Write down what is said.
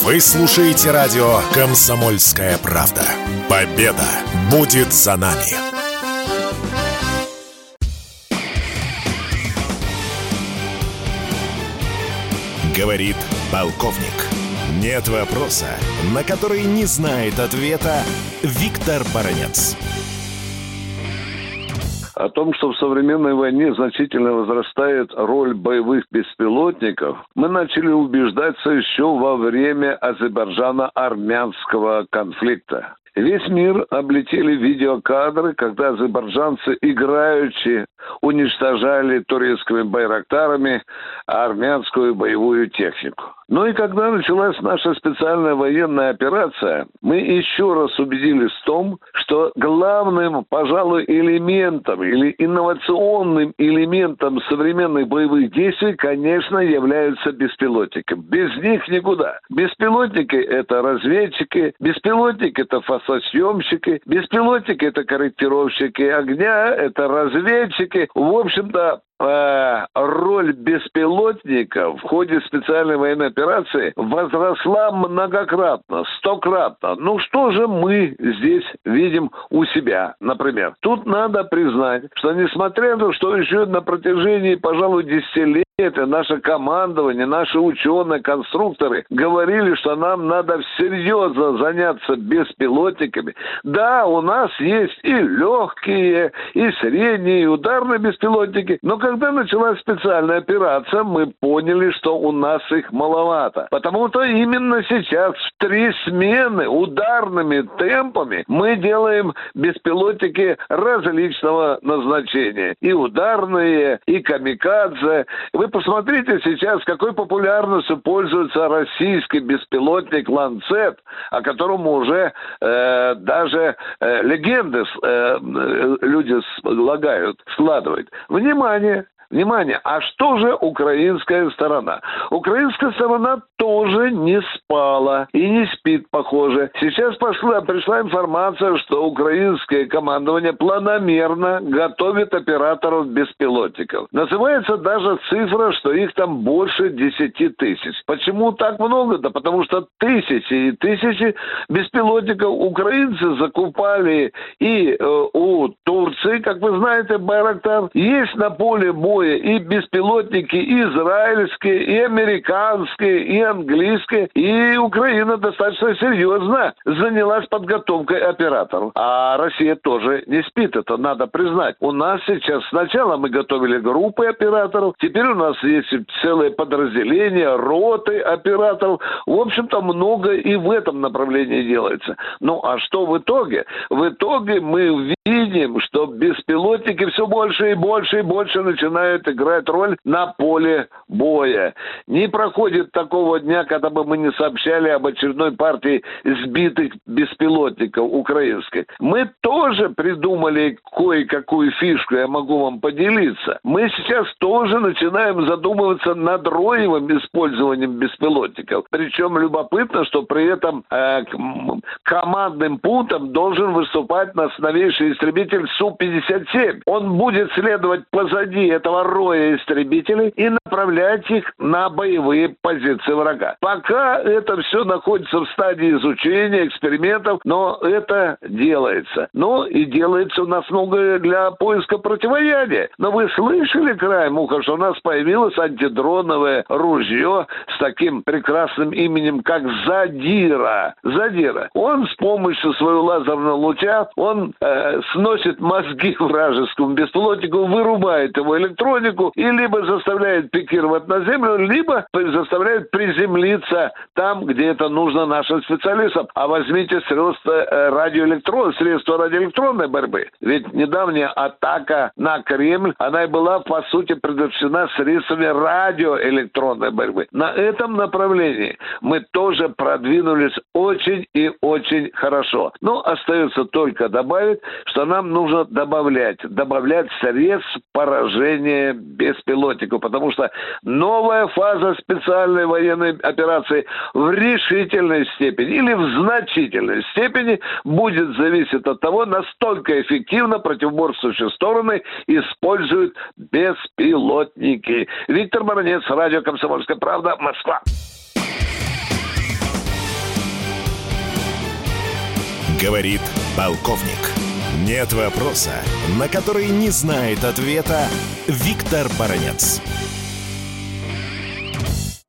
Вы слушаете радио «Комсомольская правда». Победа будет за нами. Говорит полковник. Нет вопроса, на который не знает ответа Виктор Баранец. О том, что в современной войне значительно возрастает роль боевых беспилотников, мы начали убеждаться еще во время азербайджано-армянского конфликта. Весь мир облетели видеокадры, когда азербайджанцы играючи уничтожали турецкими байрактарами армянскую боевую технику. Ну и когда началась наша специальная военная операция, мы еще раз убедились в том, что главным, пожалуй, элементом или инновационным элементом современных боевых действий, конечно, являются беспилотники. Без них никуда. Беспилотники – это разведчики, беспилотники – это фотосъемщики, беспилотники – это корректировщики огня, это разведчики. В общем-то, роль беспилотников в ходе специальной военной операции возросла многократно, 100-кратно. Ну что же мы здесь видим у себя, например? Тут надо признать, что несмотря на то, что еще на протяжении, пожалуй, десятилетий наше командование, наши ученые, конструкторы говорили, что нам надо всерьез заняться беспилотниками. Да, у нас есть и легкие, и средние, и ударные беспилотники, но когда началась специальная операция, мы поняли, что у нас их маловато. Потому-то именно сейчас в 3 смены ударными темпами мы делаем беспилотники различного назначения. И ударные, и камикадзе. Вы посмотрите сейчас, какой популярностью пользуется российский беспилотник «Ланцет», о котором уже даже легенды люди складывают. Внимание, а что же украинская сторона? Украинская сторона тоже не спала и не спит, похоже. Сейчас пришла информация, что украинское командование планомерно готовит операторов беспилотников. Называется даже цифра, что их там больше 10 тысяч. Почему так много? Да потому что тысячи и тысячи беспилотников украинцы закупали и у Турции, как вы знаете, Байрактар. Есть на поле боя и беспилотники и израильские, и американские, и английские. И Украина достаточно серьезно занялась подготовкой операторов. А Россия тоже не спит, это надо признать. У нас сейчас сначала мы готовили группы операторов, теперь у нас есть целые подразделения, роты операторов. В общем-то, много и в этом направлении делается. Ну, а что в итоге? В итоге мы видим, что беспилотники все больше и больше и больше начинают играть роль на поле боя. Не проходит такого дня, когда бы мы не сообщали об очередной партии сбитых беспилотников украинских. Мы тоже придумали кое-какую фишку, я могу вам поделиться. Мы сейчас тоже начинаем задумываться над роевым использованием беспилотников. Причем любопытно, что при этом командным пунктом должен выступать наш новейший истребитель Су-57. Он будет следовать позади этого роя истребителей и направлять их на боевые позиции врага. Пока это все находится в стадии изучения, экспериментов, но это делается. Ну и делается у нас многое для поиска противоядия. Но вы слышали краем уха, что у нас появилось антидроновое ружье с таким прекрасным именем, как Задира. Задира. Он с помощью своего лазерного луча, он сносит мозги вражескому беспилотнику, вырубает его электронику и либо заставляет пикировать на землю, либо заставляет приземлиться там, где это нужно нашим специалистам. А возьмите средства радиоэлектронной борьбы. Ведь недавняя атака на Кремль, она и была, по сути, предотвращена средствами радиоэлектронной борьбы. На этом направлении мы тоже продвинулись очень и очень хорошо. Но остается только добавить, что нам нужно добавлять средств поражения беспилотников, потому что новая фаза специальной военной операции в решительной степени или в значительной степени будет зависеть от того, насколько эффективно противоборствующие стороны используют беспилотники. Виктор Баранец, радио «Комсомольская правда», Москва. Говорит полковник. Нет вопроса, на который не знает ответа Виктор Баранец.